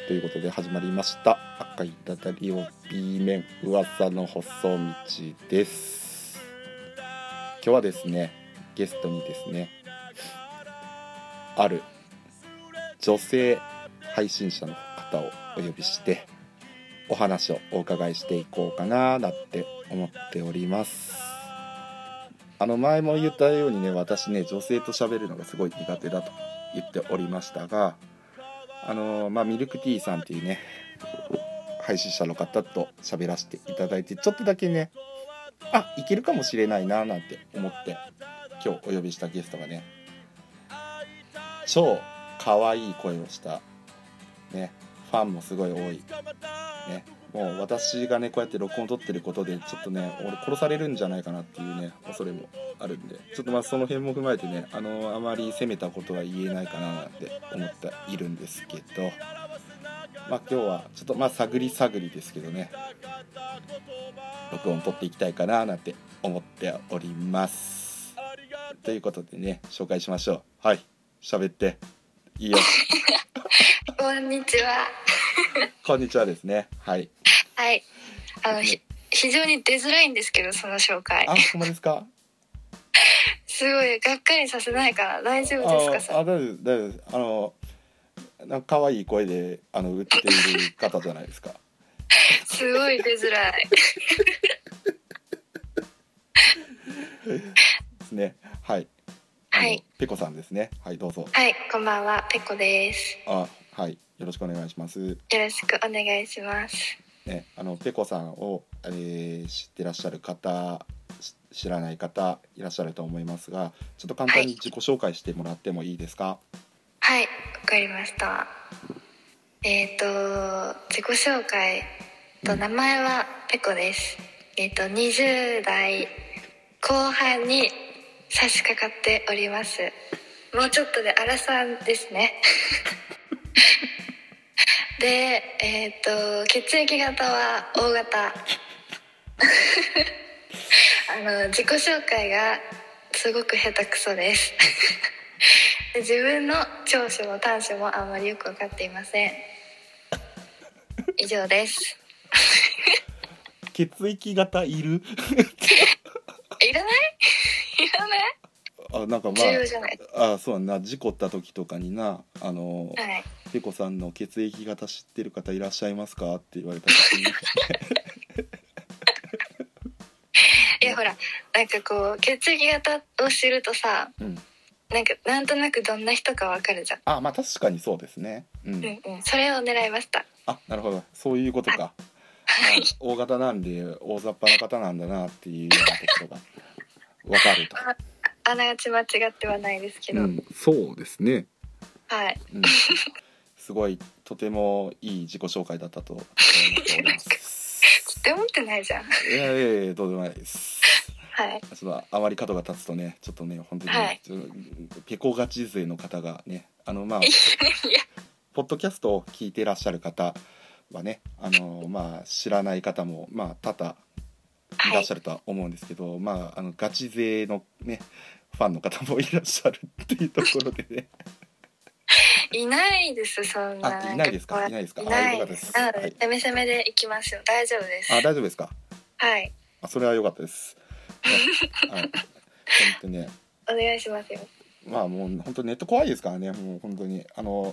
ということで始まりました赤いダダリオ B 面噂の細道です。今日はですね、ゲストにですね、ある女性配信者の方をお呼びしてお話をお伺いしていこうかなって思っております。前も言ったようにね、私ね、女性と喋るのがすごい苦手だと言っておりましたが、ミルクティーさんっていうね配信者の方と喋らせていただいて、ちょっとだけね、いけるかもしれないななんて思って今日お呼びしたゲストがね、超可愛い声をしたね、ファンもすごい多いね、もう私がねこうやって録音を撮ってることでちょっとね、俺殺されるんじゃないかなっていうね恐れもあるんで、ちょっとその辺も踏まえてね、あまり責めたことは言えないかななんて思っているんですけど、今日はちょっと探り探りですけどね、録音撮っていきたいかななんて思っております。ということでね、紹介しましょう。はい、喋っていいよこんにちはこんにちはですね。はいはい、非常に出づらいんですけど、その紹介。 ほんまですか？ すごいがっかりさせないかな。大丈夫ですか？ 大丈夫です。なんか可愛い声で売っている方じゃないですか。 すごい出づらいですね。はい。 はい。 ペコさんですね。はい、どうぞ。 はい、こんばんは、ペコです。 はい、よろしくお願いします。よろしくお願いします。 ね、ペコさんを、知ってらっしゃる方、知らない方いらっしゃると思いますが、ちょっと簡単に自己紹介してもらってもいいですか？ はい、わかりました。自己紹介と名前はペコです。20代後半に差し掛かっております。もうちょっとでアラサーですねで、血液型は O 型自己紹介がすごく下手くそです自分の長所も短所もあんまりよく分かっていません。以上です血液型いるいらないいらないなんか重要じゃない。 そうな、事故った時とかにな、 はい、 ペコさんの血液型知ってる方いらっしゃいますかって言われた時にいやほら、なんかこう血液型を知るとさ、なんとなくどんな人かわかるじゃん。 確かにそうですね。 それを狙いました。 なるほど、そういうことか。大型なんで大雑把な方なんだなっていうようなところがわかると。 あながち間違ってはないですけど、 そうですね。 はい、 すごいとてもいい自己紹介だったと思っております絶対思ってないじゃん。 いやどうでもないです。 はい。 ちょっとあまり角が立つとね、ちょっとね本当に、ペコガチ勢の方がね、ポッドキャストを聞いてらっしゃる方はね、知らない方も多々いらっしゃるとは思うんですけど、ガチ勢のねファンの方もいらっしゃるっていうところでねいないです、そんな。 いないですか？いないですか？ いないよかったです。 攻め攻めでいきましょう。大丈夫です。 大丈夫ですか？ はい。 それは良かったです。本当にね。 お願いしますよ。 もう本当ネット怖いですからね。もう本当に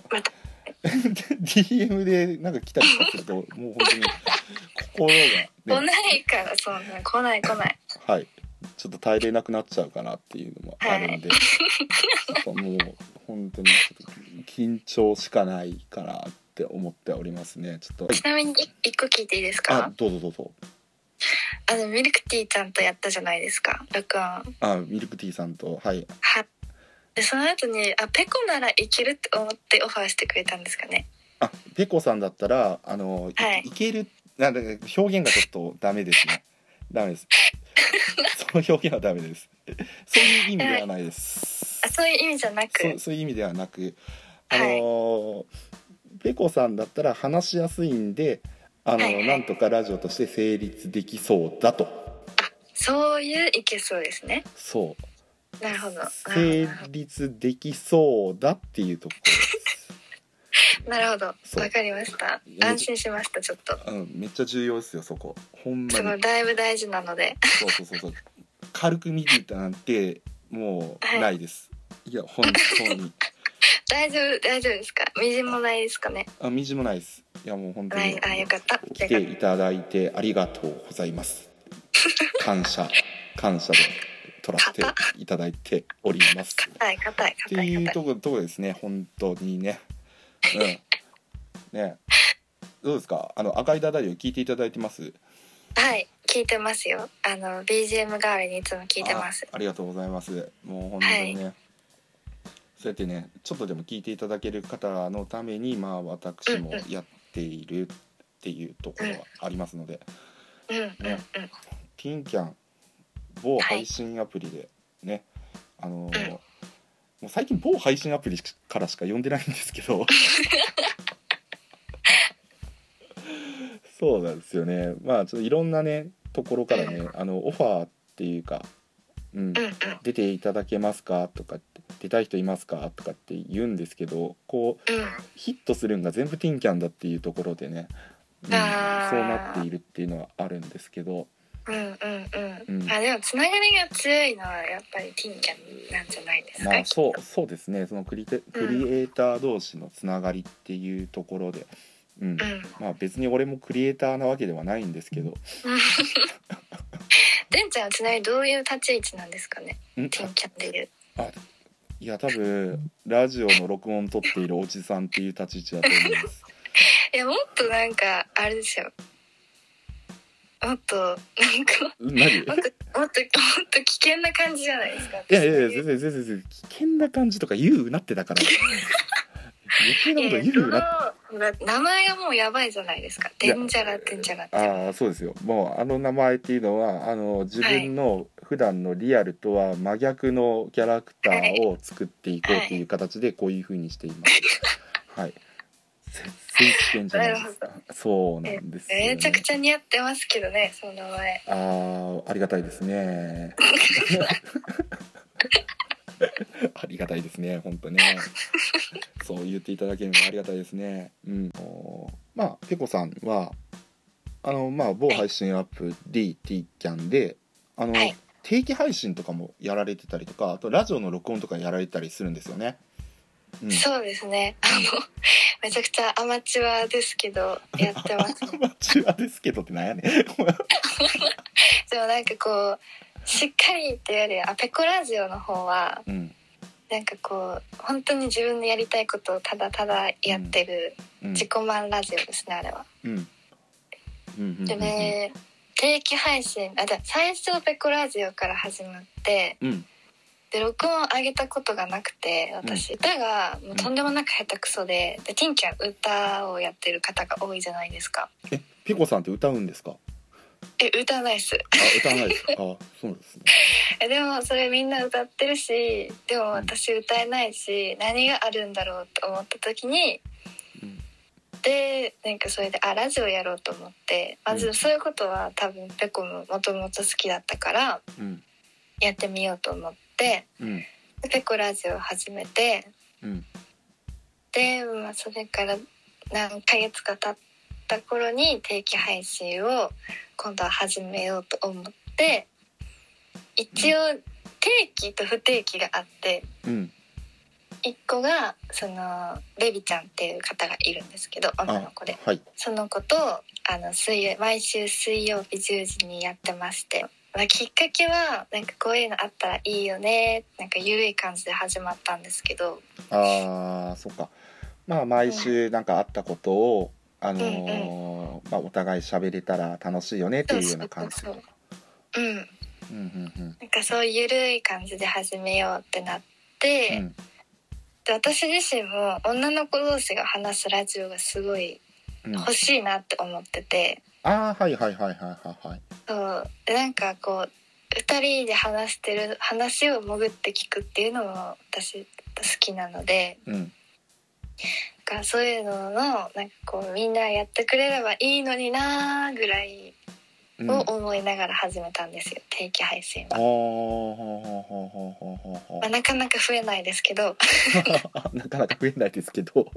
DM でなんか来たりするともう本当に心が、ね、 来ないからそんな来ない。 はい。ちょっと耐えれなくなっちゃうかなっていうのもあるんで、ちょっともう本当にちょっと緊張しかないかなって思っておりますね。ちょっと。 ちなみに一個聞いていいですか？ どうぞ。 ミルクティーちゃんとやったじゃないですか、録音。 ミルクティーさんと、はい。 でその後にペコならいけるって思ってオファーしてくれたんですかね？ ペコさんだったらいける、表現がちょっとダメですね。ダメです。その表現はダメです。そういう意味ではないです。 そういう意味じゃなく。 そういう意味ではなく、ペコさんだったら話しやすいんで、なんとかラジオとして成立できそうだと。 そういういけそうですね。 そう。 なるほど。 成立できそうだっていうところです。 なるほど、 そうわかりました。安心しました。ちょっとめっちゃ重要ですよそこ、ほんまに。 だいぶ大事なので。 そう軽く見てたなんてもうないです、はい、いや本当に大丈夫ですか？みじんもないですかね？ みじんもないです。いやもう本当に、 よかった。 来ていただいてありがとうございます感謝で撮らせていただいております硬いっていうところですね、本当にね。ね、どうですか、赤いダダリを聞いていただいてます？ はい、聞いてますよ。BGM 代わりにいつも聞いてます。 ありがとうございます。もう本当にね、はい、そうやってねちょっとでも聞いていただける方のために私もやっているっていうところはありますので、ね、ティンキャン某配信アプリでね、もう最近某配信アプリからしか読んでないんですけどそうなんですよね。ちょっといろんなねところからね、オファーっていうか、出ていただけますかとか、出たい人いますかとかって言うんですけど、こう、ヒットするんが全部ティンキャンだっていうところでね、そうなっているっていうのはあるんですけど、でもつながりが強いのはやっぱりティンキャンなんじゃないですか？ そうですね。そのクリエイター同士のつながりっていうところで、別に俺もクリエイターなわけではないんですけどてんちゃんはちなみにどういう立ち位置なんですかね？ティンキャンでいう。 いや多分ラジオの録音撮っているおじさんっていう立ち位置だと思いますいやもっとなんかあれですよ、もっとなんかもっと危険な感じじゃないですか？ いや全然危険な感じとか言うなってだから余計なこと言うなって。 名前がもうやばいじゃないですか。デンジャラってそうですよ。もう名前っていうのは自分の普段のリアルとは真逆のキャラクターを作っていこうっていう形でこういう風にしていますはい、絶対危険じゃないですか。そうなんですよね。 めちゃくちゃ似合ってますけどね、その名前。 ありがたいですねありがたいですね、本当ねそう言っていただけるのはありがたいですね。ペコさんは某配信アプリ T キャンで定期配信とかもやられてたりとか、あとラジオの録音とかやられたりするんですよね。 そうですね。めちゃくちゃアマチュアですけどやってます、 アマチュアですけどってなんやねんでもなんかこうしっかりっていうよりはペコラジオの方は、なんかこう本当に自分のやりたいことをただただやってる自己満ラジオですね、あれは。でね、定期配信最初ペコラジオから始まって、で録音を上げたことがなくて、私、歌がもうとんでもなく下手くそで、ティンキャン歌をやってる方が多いじゃないですか。 ペコさんって歌うんですか？ 歌わないです。 歌わないですか？そうですね。 でもそれみんな歌ってるし、でも私歌えないし、何があるんだろうと思った時に、でなんかそれでラジオやろうと思って、まずそういうことは多分ペコももともと好きだったから、やってみようと思って、ペコラジオを始めて、で、それから何ヶ月か経った頃に定期配信を今度は始めようと思って、一応定期と不定期があって、一個がそのベビちゃんっていう方がいるんですけど、女の子で、その子と毎週水曜日10時にやってまして、きっかけはなんかこういうのあったらいいよね、なんか緩い感じで始まったんですけど、 そっか。毎週なんかあったことをお互い喋れたら楽しいよねっていうような感じ。 なんかそういう緩い感じで始めようってなって、で私自身も女の子同士が話すラジオがすごい欲しいなって思ってて、そうでなんかこう2人で話してる話を潜って聞くっていうのも私好きなので、そういうののなんかこうみんなやってくれればいいのになぐらいを思いながら始めたんですよ、定期配信は。まあ、なかなか増えないですけどなかなか増えないですけど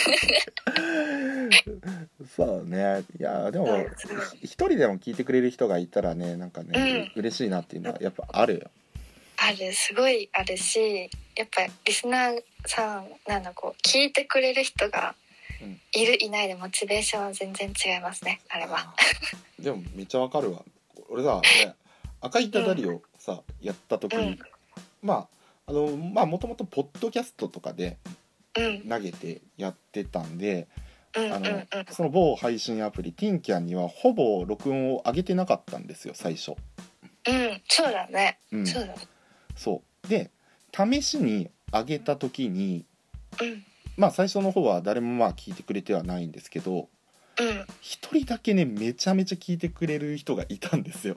そうね。いやでも一人でも聞いてくれる人がいたらね、なんかね、嬉しいなっていうのはやっぱあるよ。 ある、すごいあるし、やっぱリスナーさんなんだこう聞いてくれる人がいるいないでモチベーションは全然違いますね、あれは。 でもめっちゃわかるわ。俺さ、ね、赤いただりをさ、やった時に、まあもともとポッドキャストとかで投げてやってたんで、その某配信アプリティンキャンにはほぼ録音を上げてなかったんですよ、最初。 そうだね、そうだね。 そうで試しに上げた時に、まあ最初の方は誰もまあ聞いてくれてはないんですけど、一人だけねめちゃめちゃ聞いてくれる人がいたんですよ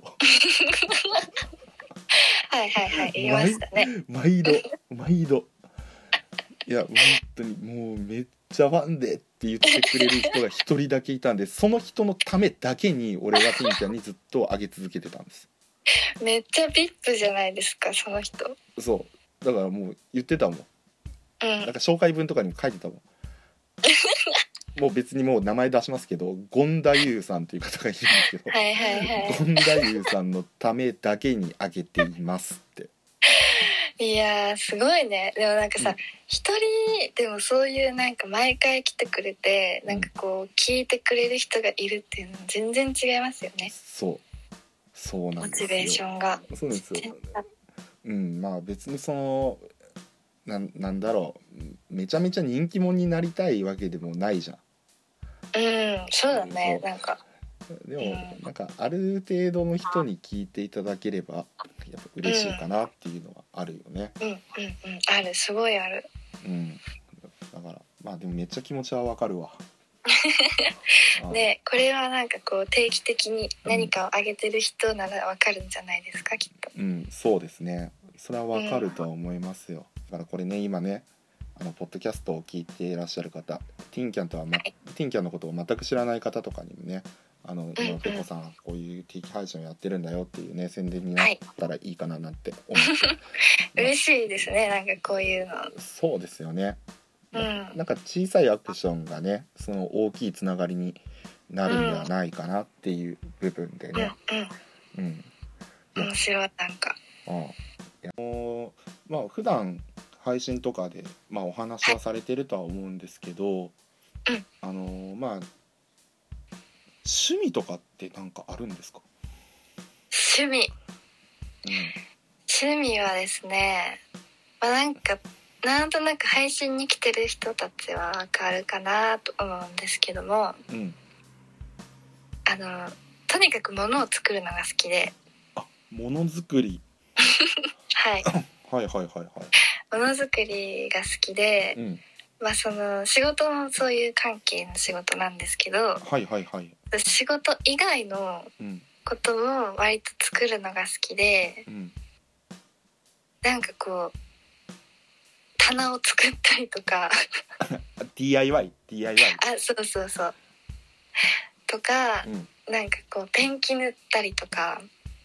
はいはいはい、言いましたね。 毎度いや本当にもうめっちゃファンでって言ってくれる人が一人だけいたんで、その人のためだけに俺はティンちゃんにずっと上げ続けてたんです。 めっちゃビップじゃないですか、その人。 そうだからもう言ってたもん、なんか紹介文とかにも書いてたもんもう別にもう名前出しますけど、権田優さんという方がいるんですけど、 はいはいはい、 権田優さんのためだけにあげていますっていやーすごいね。でもなんかさ、一人でもそういうなんか毎回来てくれてなんかこう聞いてくれる人がいるっていうのは全然違いますよね。 そうなんですよ、 モチベーションが。 そうですよ。まあ別にそのなんだろう、めちゃめちゃ人気者になりたいわけでもないじゃん。 そうだね。なんかでも、なんかある程度の人に聞いていただければやっぱ嬉しいかなっていうのはあるよね。 ある、すごいある。 だからまあでもめっちゃ気持ちはわかるわでこれはなんかこう定期的に何かをあげてる人ならわかるんじゃないですか、きっと。 そうですね、それはわかるとは思いますよ。だからこれね、今ねポッドキャストを聞いていらっしゃる方、ティンキャンとは、ティンキャンのことを全く知らない方とかにもね、今ペコさんこういう定期配信をやってるんだよっていうね宣伝になったらいいかななんて思って嬉しいですね、なんかこういうの。 そうですよね、なんか小さいアクションがねその大きいつながりになるんではないかなっていう部分でね。 面白い。なんかまあ普段配信とかで、まあ、お話はされてるとは思うんですけど、まあ趣味とかってなんかあるんですか？ 趣味はですね、なんかなんとなく配信に来てる人たちはわかるかなと思うんですけども、とにかく物を作るのが好きで。 物作りはいはい物作りが好きで、その仕事もそういう関係の仕事なんですけど、仕事以外のことも割と作るのが好きで、なんかこう棚を作ったりとか DIY そうとか、なんかこうペンキ塗ったりとか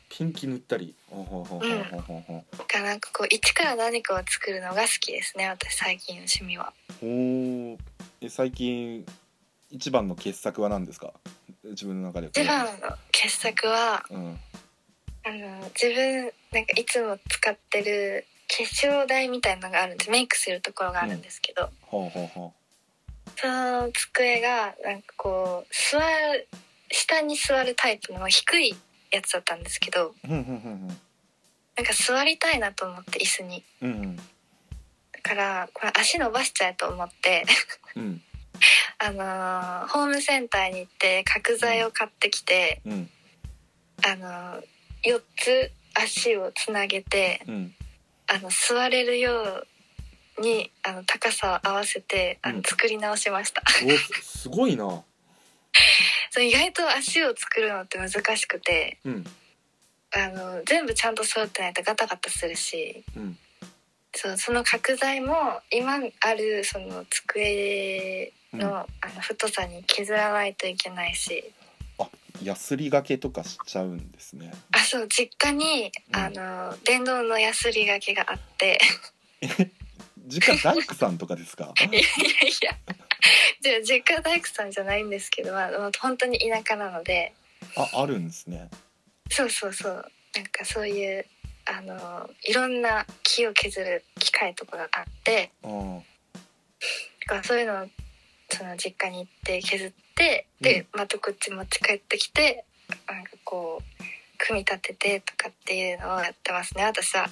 なんかこう一から何かを作るのが好きですね、私最近の趣味は。 最近一番の傑作は何ですか？自分の中で一番の傑作は、自分なんかいつも使ってる化粧台みたいなのがあるんです。メイクするところがあるんですけど、その机がなんかこう下に座るタイプの低いやつだったんですけど、なんか座りたいなと思って椅子に、だからこれ足伸ばしちゃえと思ってホームセンターに行って角材を買ってきて、4つ足をつなげて、座れるように高さを合わせて作り直しました。 すごいな。 そう、意外と足を作るのって難しくて、全部ちゃんと揃ってないとガタガタするし、その角材も今あるその机の太さに削らないといけないし。 やすりがけとかしちゃうんですね。 あ、そう、実家に、電動のやすりがけがあって実家大工さんとかですか？ いやいやじゃあ実家大工さんじゃないんですけど、もう本当に田舎なので。 あるんですね。 そうそうそう、なんかそういういろんな木を削る機械とかがあって、そういうのをその実家に行って削って、でまたこっち持ち帰ってきて、なんかこう組み立ててとかっていうのをやってますね、私は。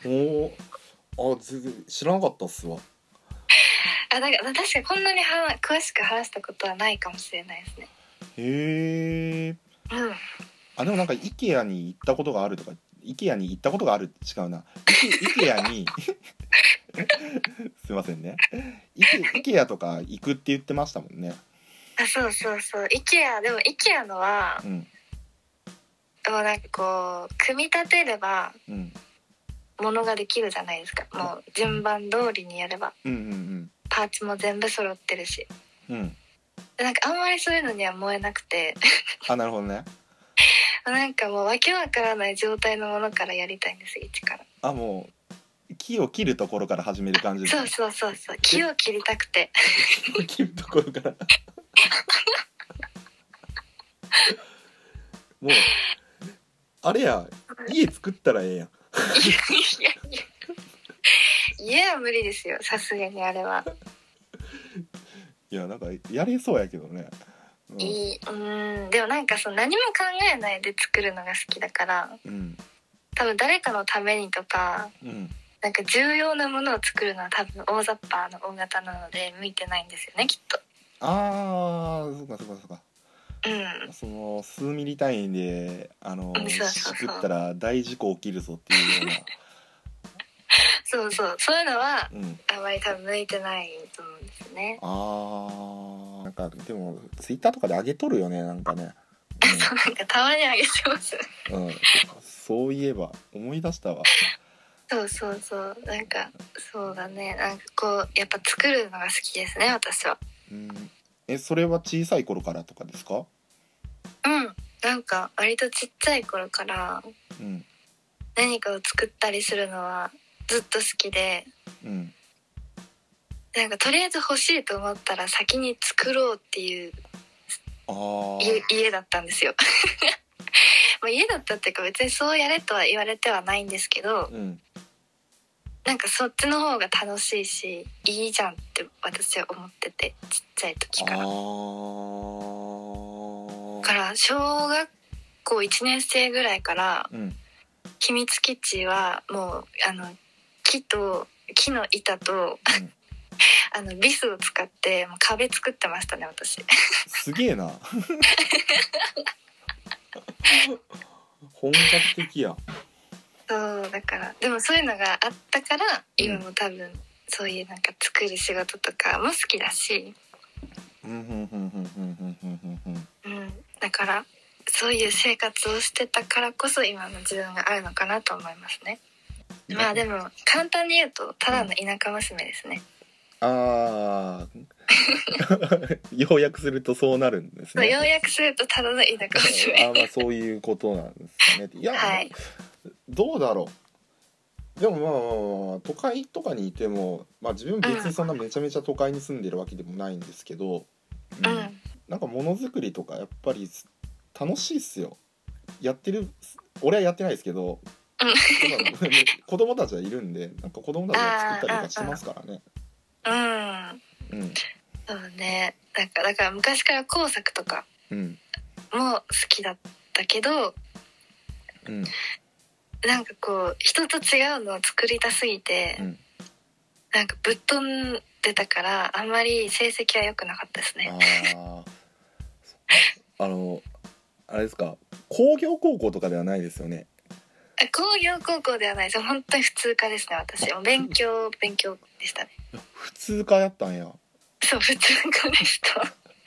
全然知らなかったっすわ。 だから確かにこんなに詳しく話したことはないかもしれないですね。 へえ。でもなんか IKEA に行ったことがあるとか、IKEA に行ったことがあるって違うな。IKEA にすいませんね。IKEA とか行くって言ってましたもんね。 そうそうそう。IKEA でも IKEA のは、もうなんかこう組み立てればものができるじゃないですか。もう順番通りにやれば、パーツも全部揃ってるし、なんかあんまりそういうのには燃えなくてなるほどね。 なんかもうわけわからない状態のものからやりたいんです、一から。 もう木を切るところから始める感じですね。 そう木を切りたくて木を切るところからもうあれや、家作ったらええやん。 家は無理ですよ、さすがにあれは。 いやなんかやれそうやけどね。 でもなんか何も考えないで作るのが好きだから、多分誰かのためにとか、なんか重要なものを作るのは多分大雑把の大型なので向いてないんですよね、きっと。そうか。 その数ミリ単位で作ったら大事故起きるぞっていうようなそういうのは、あまり多分向いてないと思うんですよね。 なんかでもツイッターとかで上げとるよね、なんかね。 なんかたまに上げてます。 そういえば思い出したわ。 そうなんかそうだね、なんかこうやっぱ作るのが好きですね、私は。 それは小さい頃からとかですか？ なんか割とちっちゃい頃から、何かを作ったりするのはずっと好きで、なんかとりあえず欲しいと思ったら先に作ろうっていう家だったんですよまあ家だったっていうか別にそうやれとは言われてはないんですけど、なんかそっちの方が楽しいしいいじゃんって私は思ってて、ちっちゃい時から。から小学校1年生ぐらいから、秘密基地はもう木の板とビスを使ってもう壁作ってましたね、私。 すげえな本格的や。 そうだからでもそういうのがあったから今も多分そういうなんか作る仕事とかも好きだし、だからそういう生活をしてたからこそ今の自分があるのかなと思いますね。まあでも簡単に言うとただの田舎娘ですね。 要約するとそうなるんですね。 要約するとただの田舎娘そういうことなんですね。いや、どうだろう。でもまあ都会とかにいても、自分別にそんなめちゃめちゃ都会に住んでるわけでもないんですけど、なんかものづくりとかやっぱり楽しいっすよ。やってる、俺はやってないですけど、子供たちはいるんで、なんか子供たちが作ったりとかしてますからね。 そうね。だから昔から工作とかも好きだったけど、なんかこう人と違うのを作りたすぎて、なんかぶっ飛んでたからあんまり成績は良くなかったですね。 あれですか、工業高校とかではないですよね？ 工業高校ではないです。本当に普通科ですね、私。勉強でしたね。 普通科やったんや。 そう、普通科でした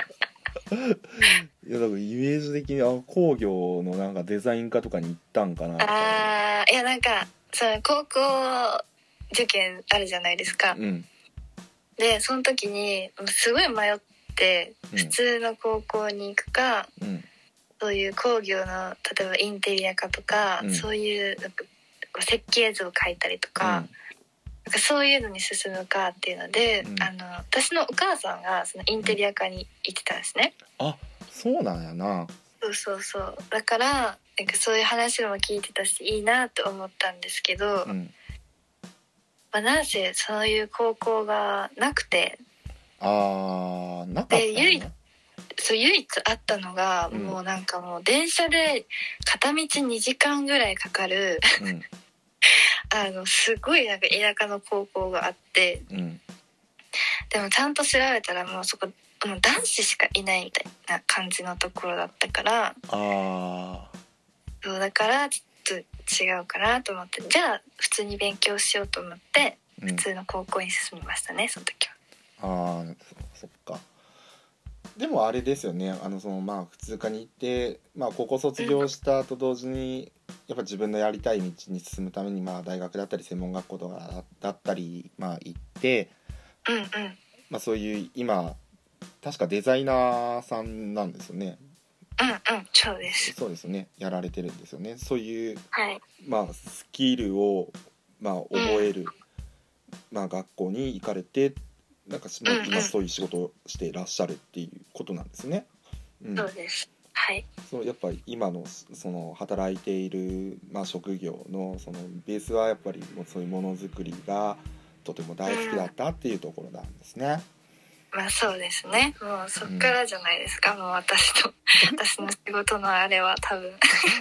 いやだからイメージ的に工業のなんかデザイン科とかに行ったんかな。 いやなんかその高校受験あるじゃないですか。でその時にすごい迷って、普通の高校に行くか、 そういう工業の例えばインテリア科とか、そういうなんかこう設計図を描いたりとか、なんかそういうのに進むかっていうので、私のお母さんがそのインテリア科に行ってたんですね。 あ、そうなんやな。 そうだからなんかそういう話も聞いてたしいいなと思ったんですけど、なんせそういう高校がなくて、 なかったでよね。 唯一あったのが、もうなんかもう電車で片道2時間ぐらいかかる、すごいなんか田舎の高校があって、でもちゃんと調べたらもうそこもう男子しかいないみたいな感じのところだったから、そうだからちょっと違うかなと思って、じゃあ普通に勉強しようと思って普通の高校に進みましたね、その時は。 そっか。でもあれですよね、普通科に行って、高校卒業したと同時にやっぱ自分のやりたい道に進むために、大学だったり専門学校とかだったり、行って、そういう今確かデザイナーさんなんですよね。 そうです。 そうですね、やられてるんですよね。そういう、 はい、 スキルを、覚える、学校に行かれて、なんか今そういう仕事をしていらっしゃるっていうことなんですね。 そうです。はい。 そうやっぱり今のその働いている、職業のそのベースはやっぱりもうそういうものづくりがとても大好きだったっていうところなんですね。 そうですね。もうそっからじゃないですか、もう私の仕事のあれは多分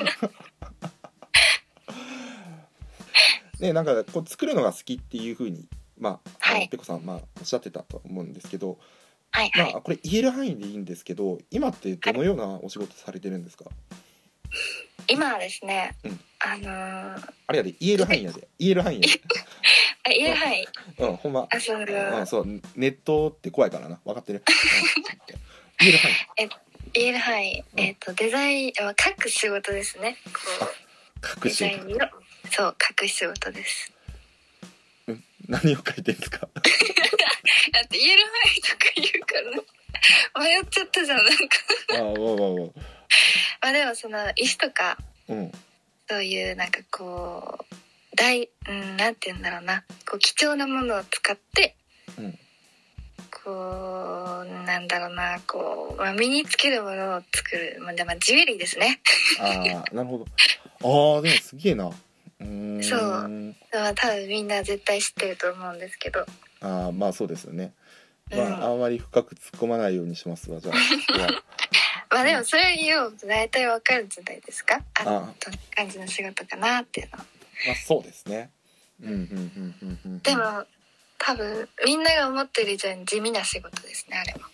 ね、なんかこう作るのが好きっていう風にペコさんおっしゃってたと思うんですけど、これ言える範囲でいいんですけど、今ってどのようなお仕事されてるんですか？ 今はですね、 あれやで、言える範囲やで、言える範囲やで言える範囲、 ほんま、 そうネットって怖いからな、分かってる。言える範囲、 言える範囲、デザイン書く仕事ですね。こう書く仕事、 デザインの書く仕事です。 何を書いてるんですか？ だって言える範囲とか言うから迷っちゃったじゃん、なんかでもその石とか、そういうなんかこうなんて言うんだろうな、こう貴重なものを使って、こうなんだろうな、こう、身につけるものを作る、ジュエリーですね。 なるほど。でもすげえな。 そう多分みんな絶対知ってると思うんですけど。 そうですよね。あんまり深く突っ込まないようにしますわ、じゃあ。 でもそれ言おうと大体わかるんじゃないですか。どんな感じの仕事かなっていうのは。 そうですね。 でも多分みんなが思ってる以上に地味な仕事ですね、あれは。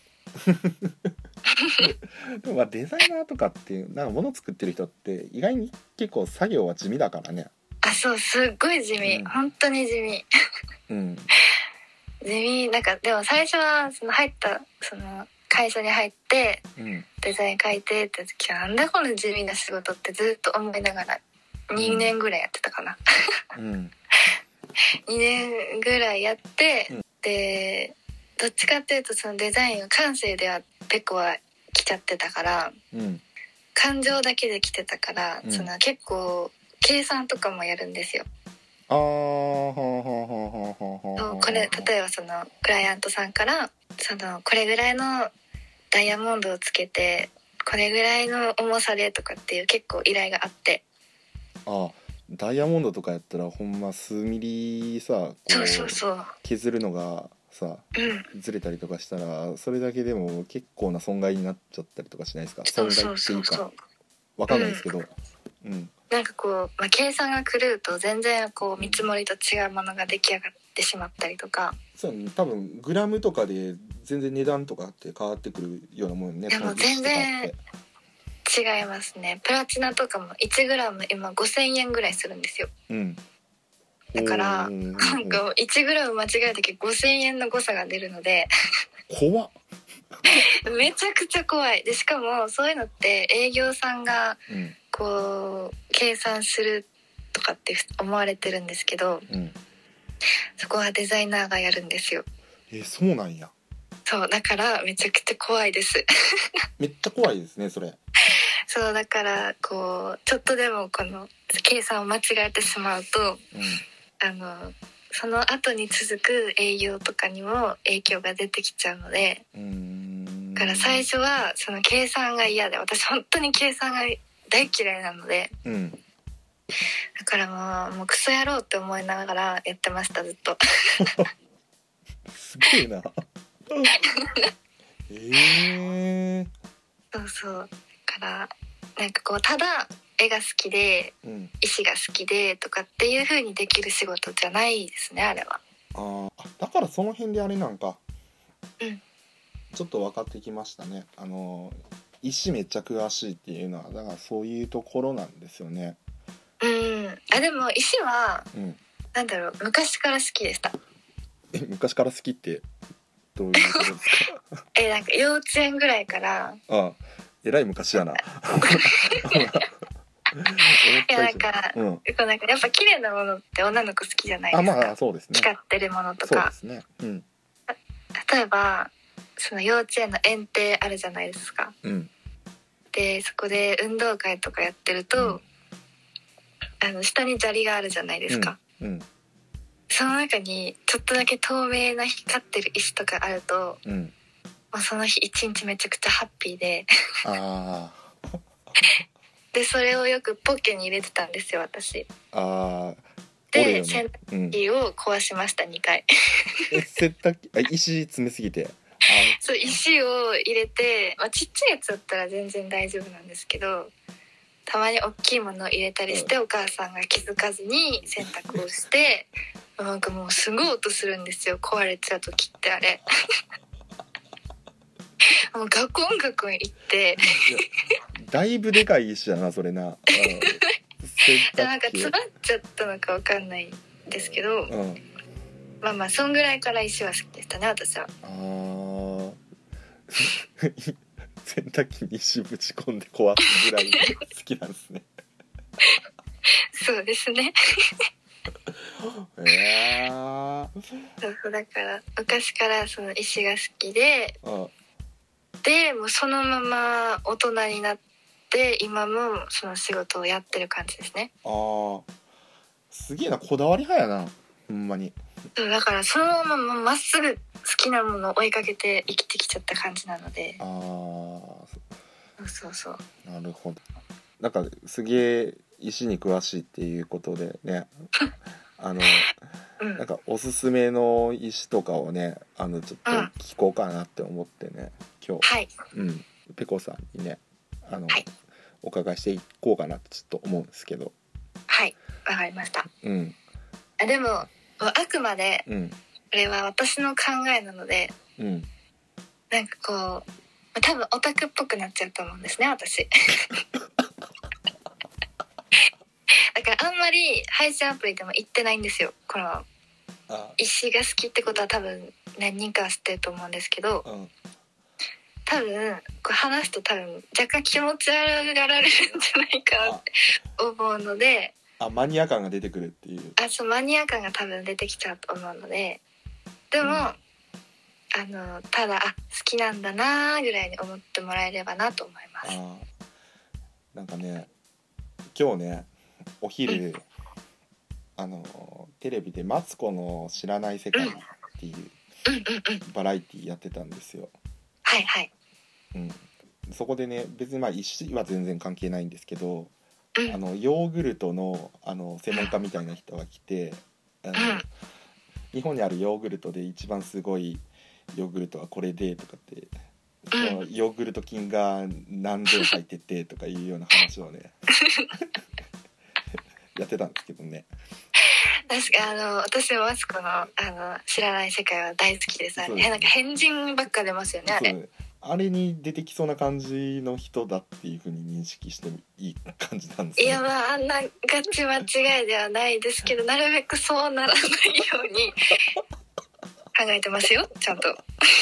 でもデザイナーとかっていうなんか物作ってる人って意外に結構作業は地味だからね。 そうすっごい地味、本当に地味。地味。なんかでも最初はその入ったその会社に入って、デザイン書いてって時はなんだこの地味な仕事ってずっと思いながら2年ぐらいやってたかな。2年ぐらいやって、でどっちかっていうとそのデザインを感性ではペコは来ちゃってたから、感情だけで来てたから、その結構計算とかもやるんですよ。これ例えばそのクライアントさんからそのこれぐらいのダイヤモンドをつけてこれぐらいの重さでとかっていう結構依頼があって、 ダイヤモンドとかやったらほんま数ミリさこう削るのがさ、ずれたりとかしたらそれだけでも結構な損害になっちゃったりとかしないですか？損害っていうかわかんないですけど、 なんかこう、計算が狂うと全然こう見積もりと違うものが出来上がってしまったりとか。 そうね、多分グラムとかで全然値段とかって変わってくるようなもんね。 でも全然違いますね。プラチナとかも1グラム今5000円ぐらいするんですよ。だからなんか1グラム間違えた時5000円の誤差が出るので怖っ。 めちゃくちゃ怖い。でしかもそういうのって営業さんがこう計算するとかって思われてるんですけど、そこはデザイナーがやるんですよ。 そうなんや。 そうだからめちゃくちゃ怖いです。 めっちゃ怖いですねそれ。 そうだからこうちょっとでもこの計算を間違えてしまうと、その後に続く営業とかにも影響が出てきちゃうので、だから最初はその計算が嫌で、私本当に計算が大嫌いなので、だからもうクソ野郎って思いながらやってました、ずっと。 すごいな。 そうそう。だからなんかこうただ絵が好きで、石が好きでとかっていう風にできる仕事じゃないですね、あれは。 だからその辺であれなんか、ちょっと分かってきましたね。石めっちゃ詳しいっていうのはだからそういうところなんですよね。 でも石は、なんだろう、昔から好きでした。 昔から好きってどういうことですか？ なんか幼稚園ぐらいから。 えらい昔やな。いやなんか、なんかやっぱ綺麗なものって女の子好きじゃないですか。 まあそうですね。 光ってるものとか。 そうですね。 例えばその幼稚園の園庭あるじゃないですか。でそこで運動会とかやってると、下に砂利があるじゃないですか。その中にちょっとだけ透明な光ってる石とかあると、その日一日めちゃくちゃハッピーででそれをよくポッケに入れてたんですよ、私。で、洗濯機を壊しました、2回。 洗濯機石詰めすぎて。 そう、石を入れて、ちっちゃいやつだったら全然大丈夫なんですけど、たまに大きいものを入れたりして、お母さんが気づかずに洗濯をしてなんかもうすごい音するんですよ、壊れちゃう時って。あれもうガコンガコンいってだいぶでかい石だなそれな。 なんか詰まっちゃったのかわかんないんですけど、まあそんぐらいから石は好きでしたね、私は。 洗濯機に石ぶち込んで壊すぐらい好きなんですね。 そうですね。そうだから昔からその石が好きで、でもうそのまま大人になって今もその仕事をやってる感じですね。 すげえな、こだわり派やな、ほんまに。 そうだからそのまままっすぐ好きなものを追いかけて生きてきちゃった感じなので。そうなるほど。なんかすげえ石に詳しいっていうことでねなんかおすすめの石とかをねちょっと聞こうかなって思ってね、今日、ペコさんにねお伺いしていこうかなってちょっと思うんですけど。 はい、わかりました。でもあくまでこれは私の考えなので、なんかこう多分オタクっぽくなっちゃうと思うんですね、私。だからあんまり配信アプリでも言ってないんですよ。この石が好きってことは多分何人かは知ってると思うんですけど、多分これ話すと多分若干気持ち悪がられるんじゃないかなって思うので、 マニア感が出てくるっていう。 そう、マニア感が多分出てきちゃうと思うので、でも、ただ好きなんだなぐらいに思ってもらえればなと思います。 なんかね、今日ねお昼、テレビでマツコの知らない世界っていうバラエティやってたんですよ。そこでね、別に石は全然関係ないんですけど、ヨーグルトの専門家みたいな人が来て、日本にあるヨーグルトで一番すごいヨーグルトはこれでとかって、そのヨーグルト菌が何千入っててとかいうような話をねやってたんですけどね。 確か私もマツコの知らない世界は大好きです。なんか変人ばっか出ますよね、あれ。 あれに出てきそうな感じの人だっていう風に認識していい感じなんですね。 いやあんなガチ間違いではないですけど、なるべくそうならないように考えてますよ、ちゃんと。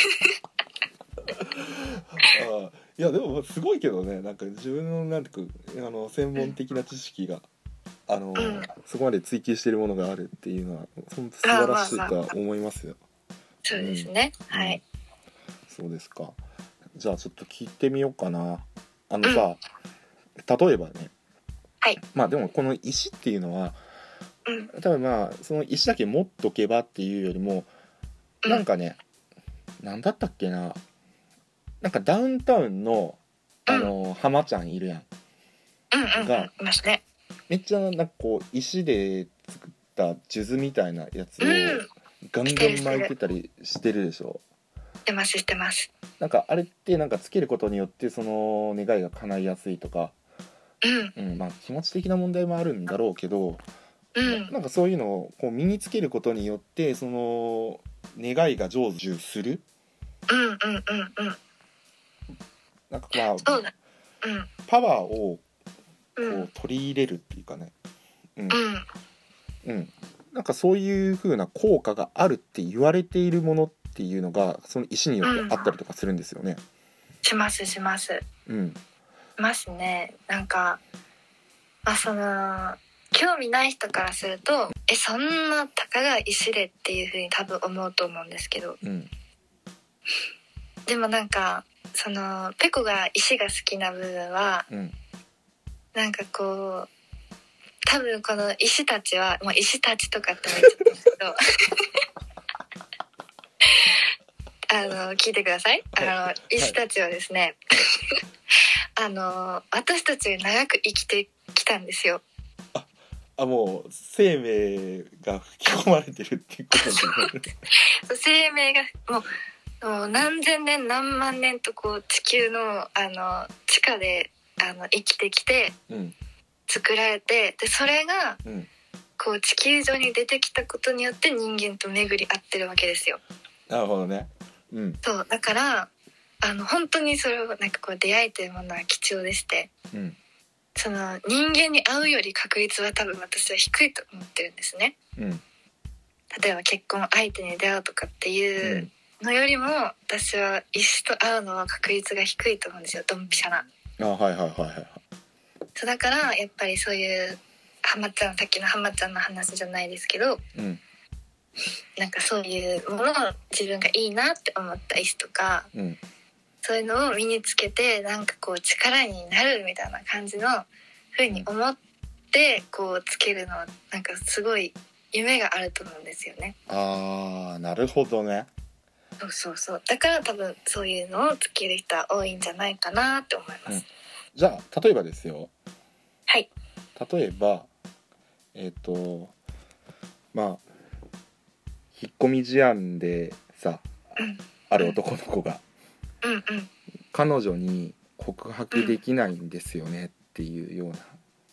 いやでもすごいけどね、なんか自分のなんていうか専門的な知識がそこまで追求しているものがあるっていうのは本当素晴らしいとは思いますよ。 そうですね、はい。 そうですか。じゃあちょっと聞いてみようかな。さ、 例えばね、 はい。 まあでもこの石っていうのはうん多分まあその石だけ持っとけばっていうよりも、 うんなんかね、なんだったっけな、なんかダウンタウンの浜ちゃんいるやんが、 いますね。 めっちゃなんかこう石で作った数珠みたいなやつをうんガンガン巻いてたりしてるでしょ。 してます。 なんかあれってなんかつけることによってその願いが叶いやすいとか、まあ気持ち的な問題もあるんだろうけど、なんかそういうのをこう身につけることによってその願いが成就する、なんかまあそうだ。 パワーをこうんう取り入れるっていうかね、 うんなんかそういう風な効果があるって言われているものっていうのがその石によってあったりとかするんですよね。 しますますね。なんかその興味ない人からするとそんなたかが石でっていう風に多分思うと思うんですけど、でもなんかそのペコが石が好きな部分は、なんかこう多分この石たちはもう石たちとかっても言っちゃったんですけど聞いてください。石たちはですね、私たちが長く生きてきたんですよ。 もう生命が吹き込まれてるっていうことですね。 生命がもう何千年何万年とこう地球の地下で生きてきて、作られて、でそれが、こう地球上に出てきたことによって人間と巡り合ってるわけですよ。 なるほどね。 そうだから本当にそれをなんかこう出会えてるものは貴重でして、その人間に会うより確率は多分私は低いと思ってるんですね。例えば結婚相手に出会うとかっていうのよりも、私は石と会うのは確率が低いと思うんですよ。ドンピシャな。そうだからやっぱりそういうさっきの浜ちゃんの話じゃないですけど、なんかそういうものを自分がいいなって思った石とか、そういうのを身につけてなんかこう力になるみたいな感じの風に思ってこうつけるのはなんかすごい夢があると思うんですよね。 なるほどね。 そうだから多分そういうのをつける人は多いんじゃないかなって思います。 じゃあ例えばですよ。 はい。 例えばまあ引っ込み思案でさ、ある男の子が、彼女に告白できないんですよねっていうような、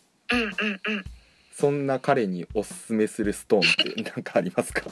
そんな彼におすすめするストーンって何かありますか？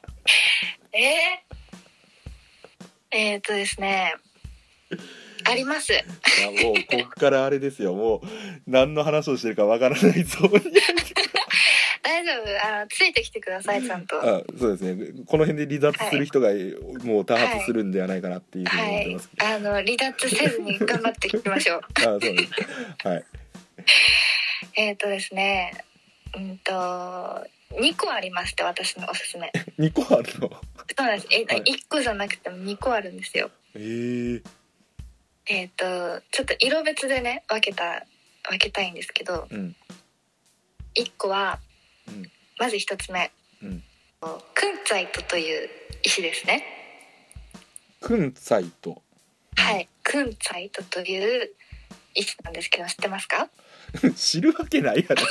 ですね、あります。 もうここからあれですよ、もう何の話をしてるかわからないぞ。 大丈夫、ついてきてくださいちゃんと。 そうですね、この辺で離脱する人がもう多発するんではないかなっていうふうに思ってますけど、 離脱せずに頑張っていきましょう。 そうです。はい。 ですね、2個ありまして、私のおすすめ。 2個あるの？ そうなんです。1個じゃなくても2個あるんですよ。ちょっと色別でね分けたいんですけど、1個は、まず1つ目、クンツァイトという石ですね。 クンツァイト。 はい、クンツァイトという石なんですけど、知ってますか？ 知るわけないやろ。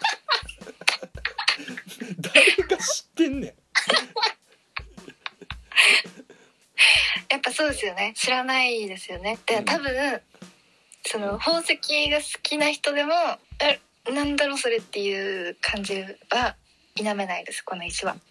誰が知ってんねん。 やっぱそうですよね、知らないですよね。で多分、その宝石が好きな人でもなんだろうそれっていう感じは否めないです、この石は。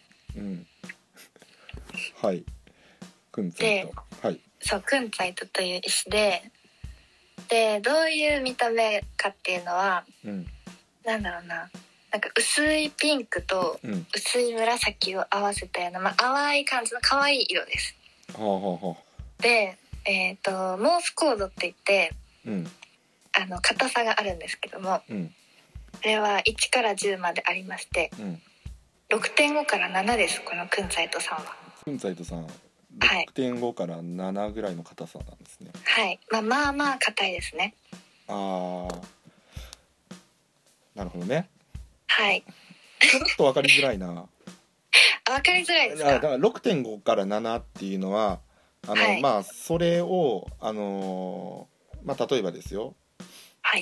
はい、クンツァイト。はい。 そう、クンツァイトという石でどういう見た目かっていうのは、なんだろうな、なんか薄いピンクと薄い紫を合わせたような、淡い感じの可愛い色です。で、モースコードって言って、硬さがあるんですけども、これは1から10までありまして、6.5 から7です、このクンツァイトさんは。 クンツァイトさん 6.5 から7ぐらいの硬さなんですね。 はい、まあ硬いですね。 なるほどね。 はい。 ちょっと分かりづらいな。 分かりづらいですか。 だから 6.5 から7っていうのははい、 まあそれをまあ例えばですよ、 はい、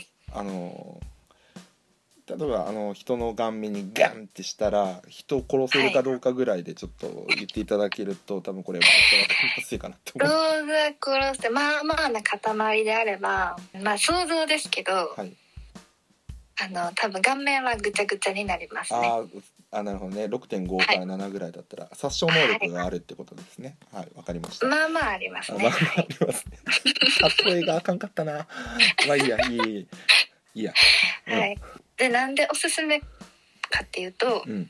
例えば人の顔面にガンってしたら人を殺せるかどうかぐらいでちょっと言っていただけると、多分これ分かりやすいかなと思う。 動画殺してまあまあな塊であれば、まあ想像ですけど、 はい、 多分顔面はぐちゃぐちゃになりますね。 なるほどね。 6.5 から7ぐらいだったら殺傷能力があるってことですね。はい、わかりました。 まあまあありますね。 まあまあありますね。例えがあかんかったな。まあいいや、いいや、 はい。で、なんでおすすめかっていうと、 うん、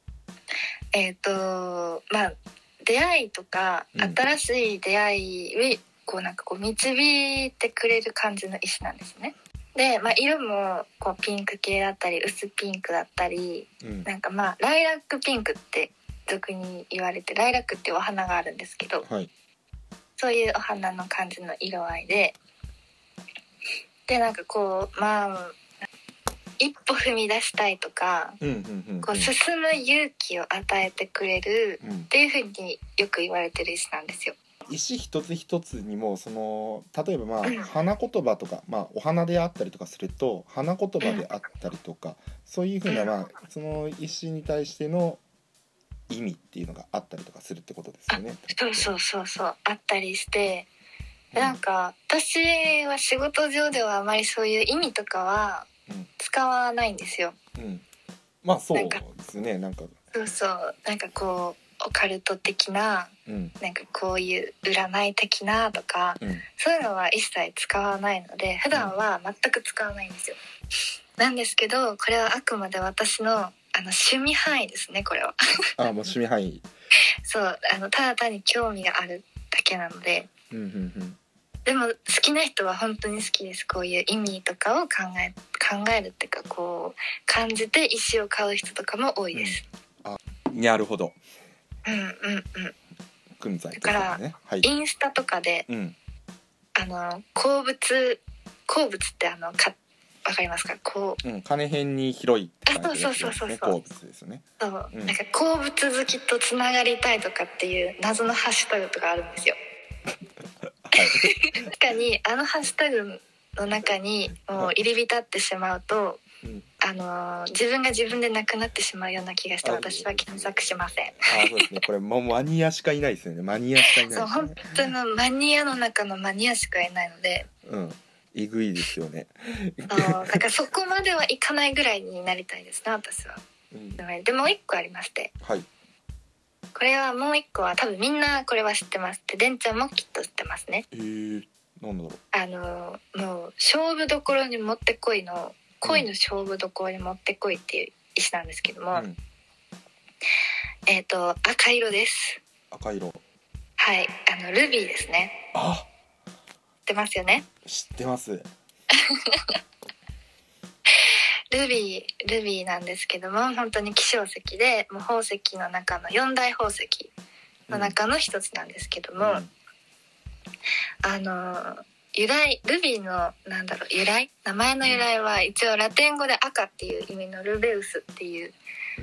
まあ出会いとか、 うん、 新しい出会いをこうなんかこう導いてくれる感じの石なんですね。で、まあ、色もこうピンク系だったり薄ピンクだったり、 うん、 なんかまあライラックピンクって俗に言われて、ライラックっていうお花があるんですけど、 はい、 そういうお花の感じの色合いで、なんかこうまあ一歩踏み出したいとか、こう進む勇気を与えてくれるっていう風によく言われてる石なんですよ。 石一つ一つにも例えばまあ花言葉とか、まあ、お花であったりとかすると花言葉であったりとか、そういうふうな、まあ、その石に対しての意味っていうのがあったりとかするってことですよね。 そうあったりして、なんか私は仕事上ではあまりそういう意味とかは使わないんですよ。 まあそうですね。なんかなんかこうオカルト的な、なんかこういう占い的なとか、そういうのは一切使わないので普段は全く使わないんですよ。なんですけどこれはあくまで私の趣味範囲ですね。これはもう趣味範囲そうただ単に興味があるだけなので、でも好きな人は本当に好きです。こういう意味とかを考えるっていうか、こう感じて石を買う人とかも多いです。 なるほど。 だから、インスタとかで、鉱物ってわかりますか？ 金辺に広い鉱物ですよね。 そう、なんか鉱物好きとつながりたいとかっていう謎のハッシュタグとかあるんですよ。確かにハッシュタグの中にもう入り浸ってしまうと、自分が自分でなくなってしまうような気がして私は検索しません。 そうですね。これもうマニアしかいないですよね。マニアしかいない、 そう本当のマニアの中のマニアしかいないので、 えぐいですよね。 だからそこまではいかないぐらいになりたいですね、私は。でもう一個ありまして、これはもう一個は多分みんなこれは知ってますって、でんちゃんもきっと知ってますね。 なんだろう。もう勝負どころにもってこいの恋の勝負どころにもってこいっていう石なんですけども、赤色です。 赤色。 はい、ルビーですね。知ってますよね。 知ってます。 ルビーなんですけども、本当に希少石で、もう宝石の中の4大宝石の中の一つなんですけども、由来、ルビーの由来、名前の由来は一応ラテン語で赤っていう意味のルベウスっていう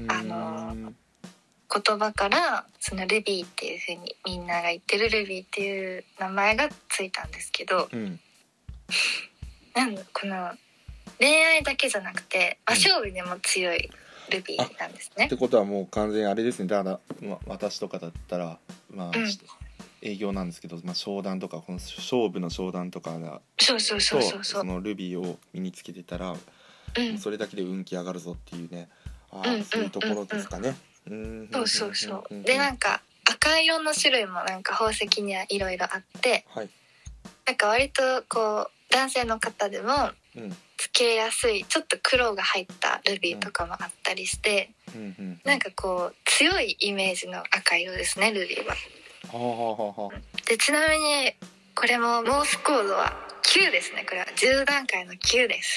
言葉からそのルビーっていう風にみんなが言ってるルビーっていう名前がついたんですけど、この恋愛だけじゃなくて勝負にも強いルビーなんですね。 ってことはもう完全にあれですね。だから、私とかだったら営業なんですけど、商談とかこの勝負の商談とかがそのルビーを身につけてたら、それだけで運気上がるぞっていうね、そういうところですかね。 そうで、なんか赤色の種類もなんか宝石にはいろいろあって、なんか割とこう男性の方でもつけやすいちょっと黒が入ったルビーとかもあったりして、なんかこう強いイメージの赤色ですね、ルビーは。でちなみにこれもモースコードは9ですね。これは10段階の9です。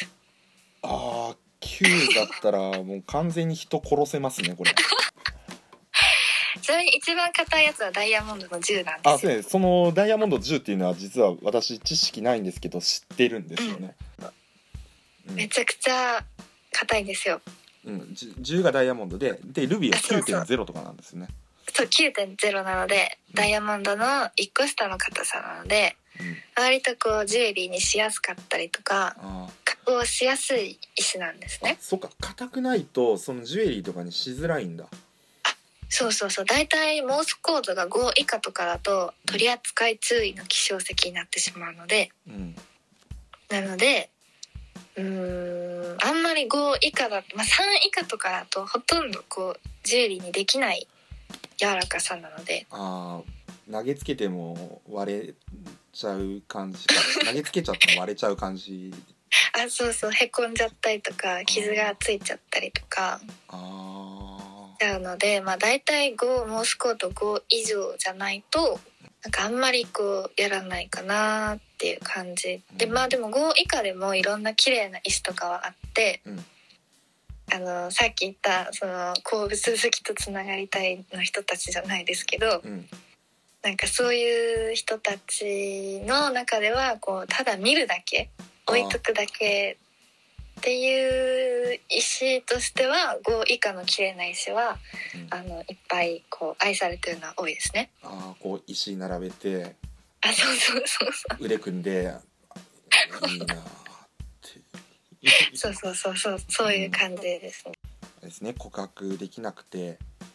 9だったらもう完全に人殺せますね、これ。 ちなみに一番硬いやつはダイヤモンドの10なんですよ。 そのダイヤモンド10っていうのは実は私知識ないんですけど知ってるんですよね。 めちゃくちゃ硬いんですよ。 うん、10がダイヤモンドでルビーは 9.0 とかなんですね。 そう 9.0 なので、ダイヤモンドの1個下の硬さなので、割とこうジュエリーにしやすかったりとか加工しやすい石なんですね。 そっか、硬くないとそのジュエリーとかにしづらいんだ。 そうそうそう、だいたいモースコードが5以下とかだと取り扱い注意の希少石になってしまうので、なのであんまり5以下だと、3以下とかだとほとんどこうジュエリーにできない柔らかさなので、 投げつけても割れちゃう感じか投げつけちゃっても割れちゃう感じそうそう、へこんじゃったりとか傷がついちゃったりとかしちゃうので、だいたい5モースコード5以上じゃないとなんかあんまりこうやらないかなっていう感じで、でも5以下でもいろんな綺麗な石とかはあって、さっき言ったその鉱物好きとつながりたいの人たちじゃないですけど、なんかそういう人たちの中ではこうただ見るだけ置いとくだけっていう石としては5以下の綺麗な石は、いっぱいこう愛されてるのは多いですね。 こう石並べてそう腕組んでいいなってそういう感じですね。 ですね、告白できなくて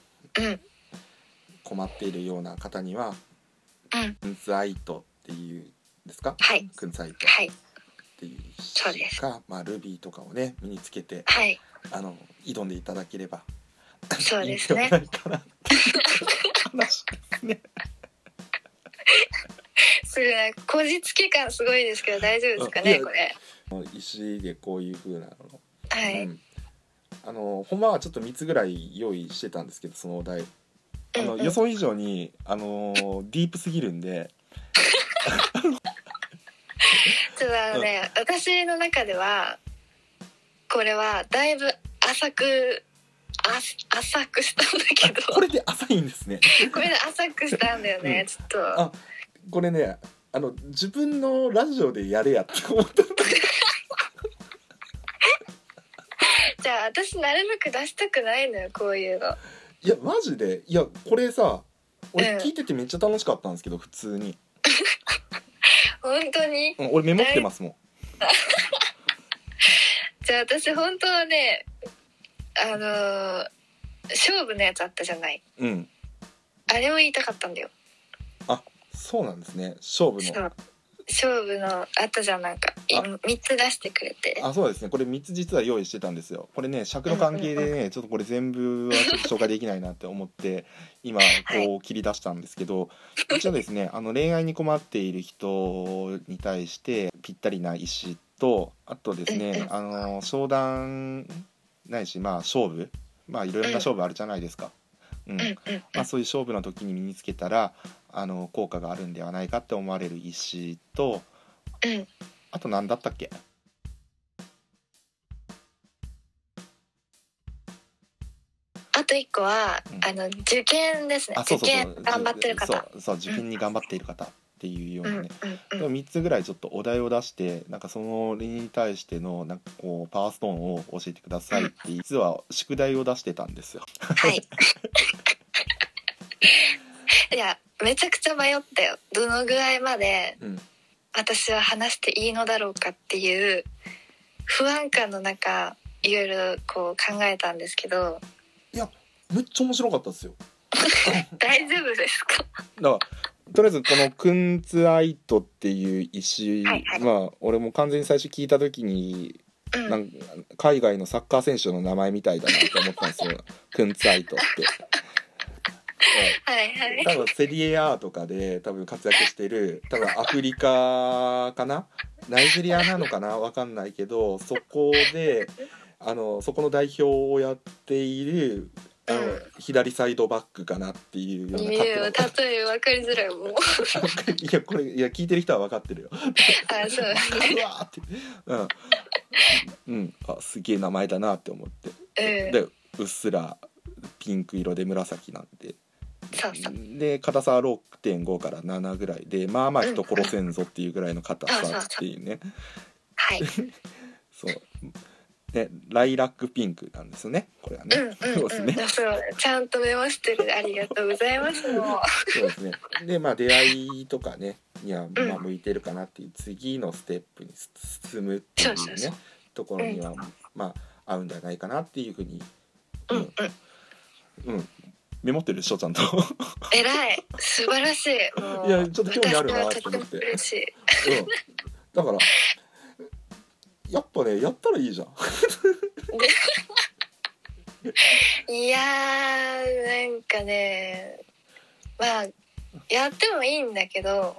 困っているような方には、クンツアイトっていうんですか、クンツアイトっていう石か、ルビーとかをね身につけて、挑んでいただければそうですね。 いいんじゃないかなって話ですね。 すごいこじつけ感すごいですけど大丈夫ですかねこれ。 石でこういう風なの、ほんまはちょっと3つぐらい用意してたんですけど、そのお題予想以上にディープすぎるんでちょっと私の中ではこれはだいぶ浅くしたんだけどこれで浅いんですね。 これで浅くしたんだよね、ちょっとこれね自分のラジオでやれやって思ったじゃあ私なるべく出したくないのよこういうの。 いやマジで、いやこれさ俺聞いててめっちゃ楽しかったんですけど、普通に本当に、 俺メモってますもんじゃあ私本当はね勝負のやつあったじゃない、あれを言いたかったんだよ。 そうなんですね。勝負のあったじゃん、なんか3つ出してくれて。 そうですね、これ3つ実は用意してたんですよ。これね尺の関係でね、ちょっとこれ全部はちょっと紹介できないなって思って今こう切り出したんですけど、一応ですね恋愛に困っている人に対してぴったりな石と、あとですね商談ないし勝負いろいろな勝負あるじゃないですか。そういう勝負の時に身につけたら効果があるんではないかって思われる石と、あと何だったっけ？ あと1個は、受験ですね。受験頑張ってる方。 受験に頑張っている方っていうようなね、3つぐらいちょっとお題を出して、なんかそのに対してのなんかこうパワーストーンを教えてくださいって実は宿題を出してたんですよ。 いやめちゃくちゃ迷ったよ。どのぐらいまで私は話していいのだろうかっていう不安感の中いろいろこう考えたんですけど、 いやめっちゃ面白かったですよ。 大丈夫ですか？ だからとりあえずこのクンツアイトっていう石、俺も完全に最初聞いた時に、なんか海外のサッカー選手の名前みたいだなって思ったんですよクンツアイトって多分セリエ A とかで多分活躍してる、多分アフリカかな、ナイジェリアなのかな分かんないけど、そこでそこの代表をやっている左サイドバックかなっていうような。 例え分かりづらいもん。 いやこれ聞いてる人は分かってるよ。 そう。 分かるわって、すげえ名前だなって思って、でうっすらピンク色で紫なんで。で硬さは 6.5 から7ぐらいで、まあ人殺せんぞっていうぐらいの硬さっていうね。そうね、ライラックピンクなんですよね、これはね。そうですね。 そうちゃんとメモしてる、ありがとうございますもう。 そうですね。でまあ出会いとかねにはまあ向いてるかなっていう、次のステップに進むっていうねところにはまあ合うんじゃないかなっていうふうに、メモってるでしょちゃんと。 偉い、素晴らしい。もういやちょっと興味あるなと思って。 嬉しい。 だからやっぱねやったらいいじゃん。 いやーなんかね、まあやってもいいんだけど、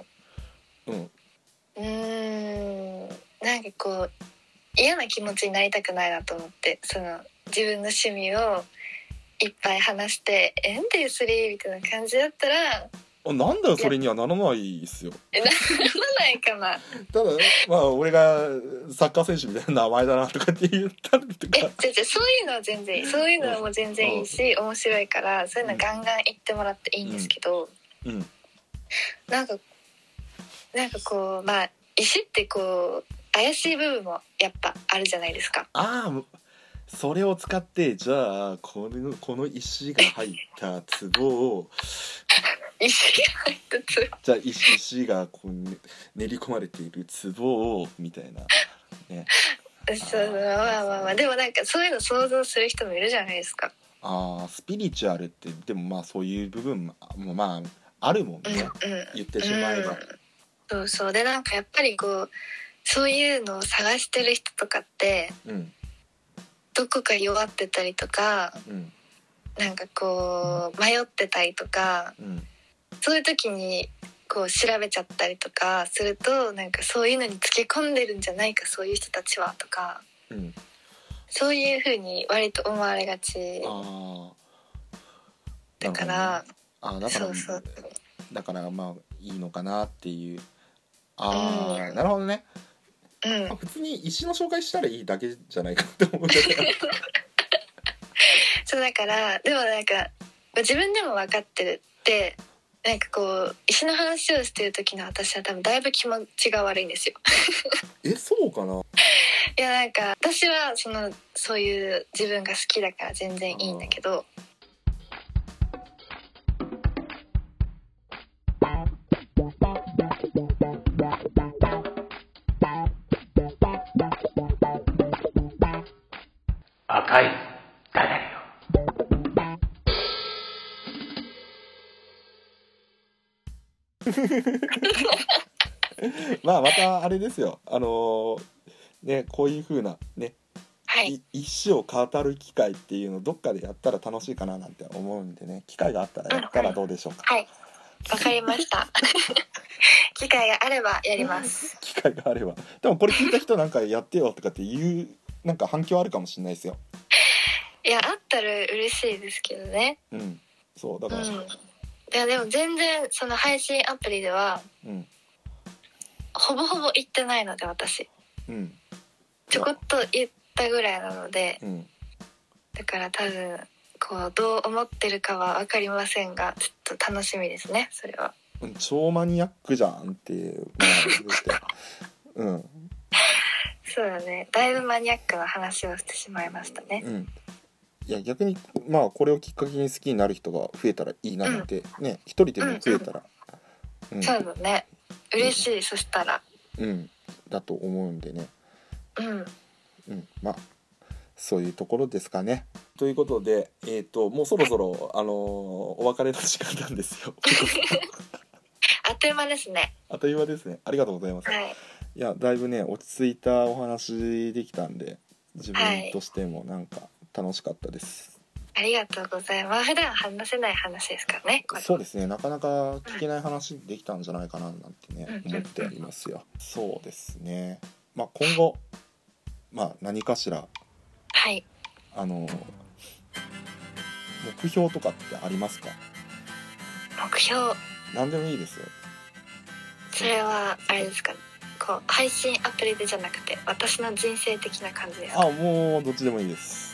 なんかこう嫌な気持ちになりたくないなと思って、その自分の趣味をいっぱい話してエンディスリーみたいな感じだったら、 なんだよそれにはならないですよ。 ならないかな。 ただまあ俺がサッカー選手みたいな名前だなとかって言ったりとか。 そういうのは全然いい、そういうのも全然いいし、面白いからそういうのガンガン言ってもらっていいんですけど、なんかこうまあ石ってこう怪しい部分もやっぱあるじゃないですか。 それを使ってじゃあこの石が入った壺を石が入った壺、 じゃあ石がこう、練り込まれている壺をみたいなね。 そうまあでもなんかそういうの想像する人もいるじゃないですか。 スピリチュアルってでもまあそういう部分もまああるもんね、言ってしまえば。 そうでなんかやっぱりこうそういうのを探してる人とかって、どこか弱ってたりとか、なんかこう迷ってたりとか、そういう時にこう調べちゃったりとかすると、なんかそういうのにつけ込んでるんじゃないかそういう人たちはとか、そういう風に割と思われがちだから、だからまあいいのかなっていう。なるほどね。普通に石の紹介したらいいだけじゃないかって思うんだけど。 そうだからでもなんか自分でも分かってるって、なんかこう石の話をしてる時の私は多分だいぶ気持ちが悪いんですよ。 そうかな。 いやなんか私はそういう自分が好きだから全然いいんだけど、 赤いダダリオ。またあれですよ、ね、こういう風なね、石を語る機会っていうのをどっかでやったら楽しいかななんて思うんでね、機会があったらやったらどうでしょうか。 はい、わかりました機会があればやります。 機会があれば。でもこれ聞いた人なんかやってよとかっていうなんか反響あるかもしれないですよ。 いやあったら嬉しいですけどね。 そうだから、いやでも全然その配信アプリでは、ほぼほぼ言ってないので私、ちょこっと言ったぐらいなので、だから多分こうどう思ってるかは分かりませんが、ちょっと楽しみですねそれは。 超マニアックじゃんっていうそうだね、だいぶマニアックな話をしてしまいましたね。 いや逆にまあこれをきっかけに好きになる人が増えたらいいななんてね、一人でも増えたら、 そうだね、嬉しい、そしたらだと思うんでね、まあそういうところですかね。ということでもうそろそろお別れの時間なんですよ。 あっという間ですね。 あっという間ですね。ありがとうございます。いやだいぶね落ち着いたお話できたんで、自分としてもなんか楽しかったです。 ありがとうございます。普段話せない話ですからね。 そうですね、なかなか聞けない話できたんじゃないかななんてね、思ってありますよ。そうですね、まあ今後何かしら目標とかってありますか？ 目標何でもいいですよ。 それはあれですか、こう配信アプリでじゃなくて私の人生的な感じですか？ もうどっちでもいいです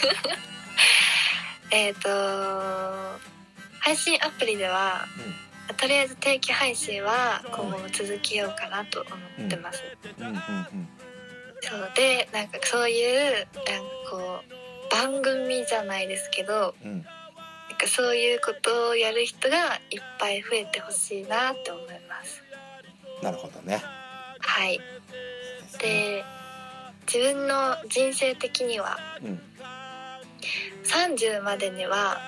配信アプリでは、とりあえず定期配信は今後も続けようかなと思ってます。 そうでなんかそういうなんかこう番組じゃないですけど、 うんなんかそういうことをやる人がいっぱい増えてほしいなって思います。 なるほどね。 はい。 そうですね。 で自分の人生的にはうん 30までには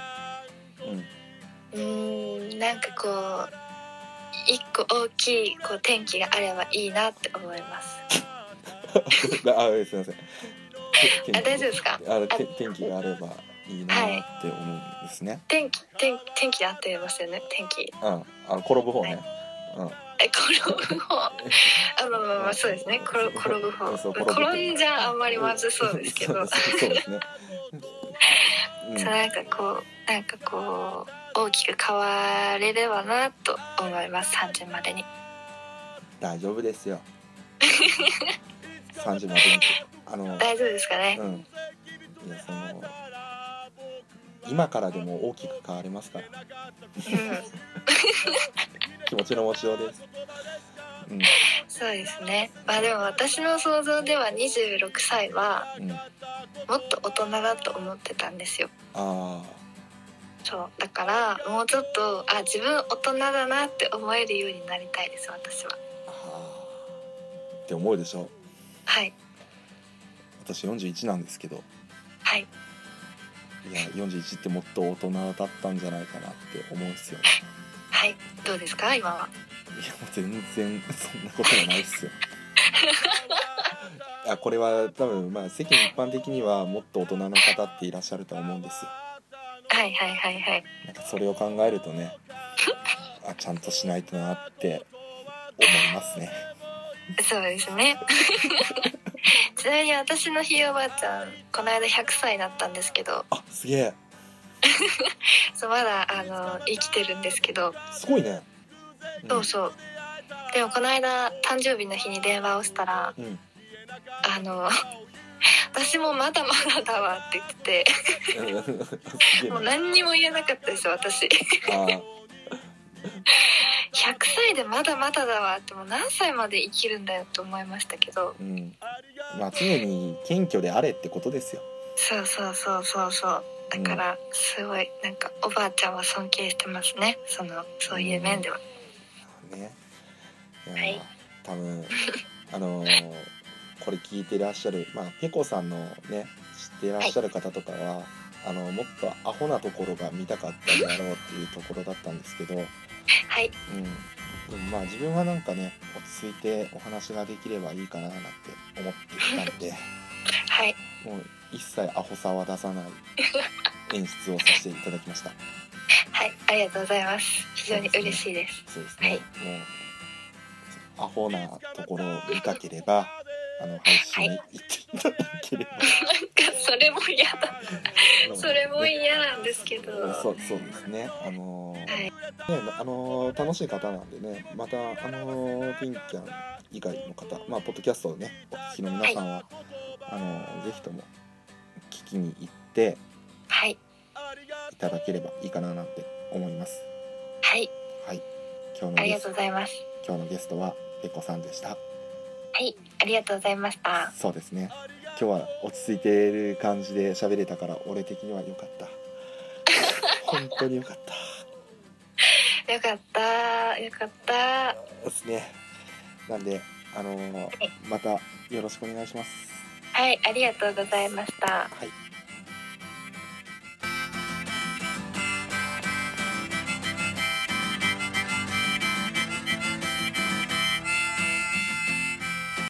うんなんかこう一個大きいこう転機があればいいなって思います。 あ、すいません。 あ、大丈夫ですか？ 天気があればいいなって思うんですね。 転機で合ってますよね。転機。 転ぶ方ね。 転ぶ方。まあそうですね。転ぶ方。 そう転んじゃあんまりまずそうですけど。 そうですね。 そうなんかこう大きく変われればなと思います。30までに。 大丈夫ですよ。30までに大丈夫ですかね。 いや今からでも大きく変われますから。気持ちの持ちようです。 そうですね。まあでも私の想像では26歳はもっと大人だと思ってたんですよ。そうだからもうちょっと自分大人だなって思えるようになりたいです私は。 って思うでしょ。 はい。 私41なんですけど。 はい。 いや41ってもっと大人だったんじゃないかなって思うんですよね。 はい。どうですか今は？ いやもう全然そんなことはないですよ。これは多分世間一般的にはもっと大人の方っていらっしゃると思うんですよ。 はい。 なんかそれを考えるとねちゃんとしないとなって思いますね。 そうですね。ちなみに私のひいおばあちゃんこの間100歳になったんですけど。 すげえ。 そうまだ生きてるんですけど。 すごいね。 そう。でもこの間誕生日の日に電話をしたら、私もまだまだだわって言っててもう何にも言えなかったですよ私。100歳でまだまだだわってもう何歳まで生きるんだよと思いましたけど、 常に謙虚であれってことですよ。 そうだからすごいなんかおばあちゃんは尊敬してますね。そういう面ではね。 はい。 多分これ聞いてらっしゃるペコさんのね知ってらっしゃる方とかは、もっとアホなところが見たかったんだろうっていうところだったんですけど、はい。でも自分はなんかね落ち着いてお話ができればいいかななんて思っていたんで、はい。もう一切アホさは出さない演出をさせていただきました。はい、ありがとうございます。非常に嬉しいです。そうですね。はい、もうアホなところを見たければ配信に行っていただければ、なんかそれも嫌だ。それも嫌なんですけど。そうですね。楽しい方なんでね。またピンキャン以外の方、ポッドキャストをねお聞きの皆さんは、ぜひとも聞きに行っていただければいいかななんて思います。はい。ありがとうございます。今日のゲストはペコさんでした。はい、ありがとうございました。そうですね。今日は落ち着いている感じで喋れたから俺的には良かった。本当に良かった。良かったですね。なんでまたよろしくお願いします。はい、ありがとうございました。はい。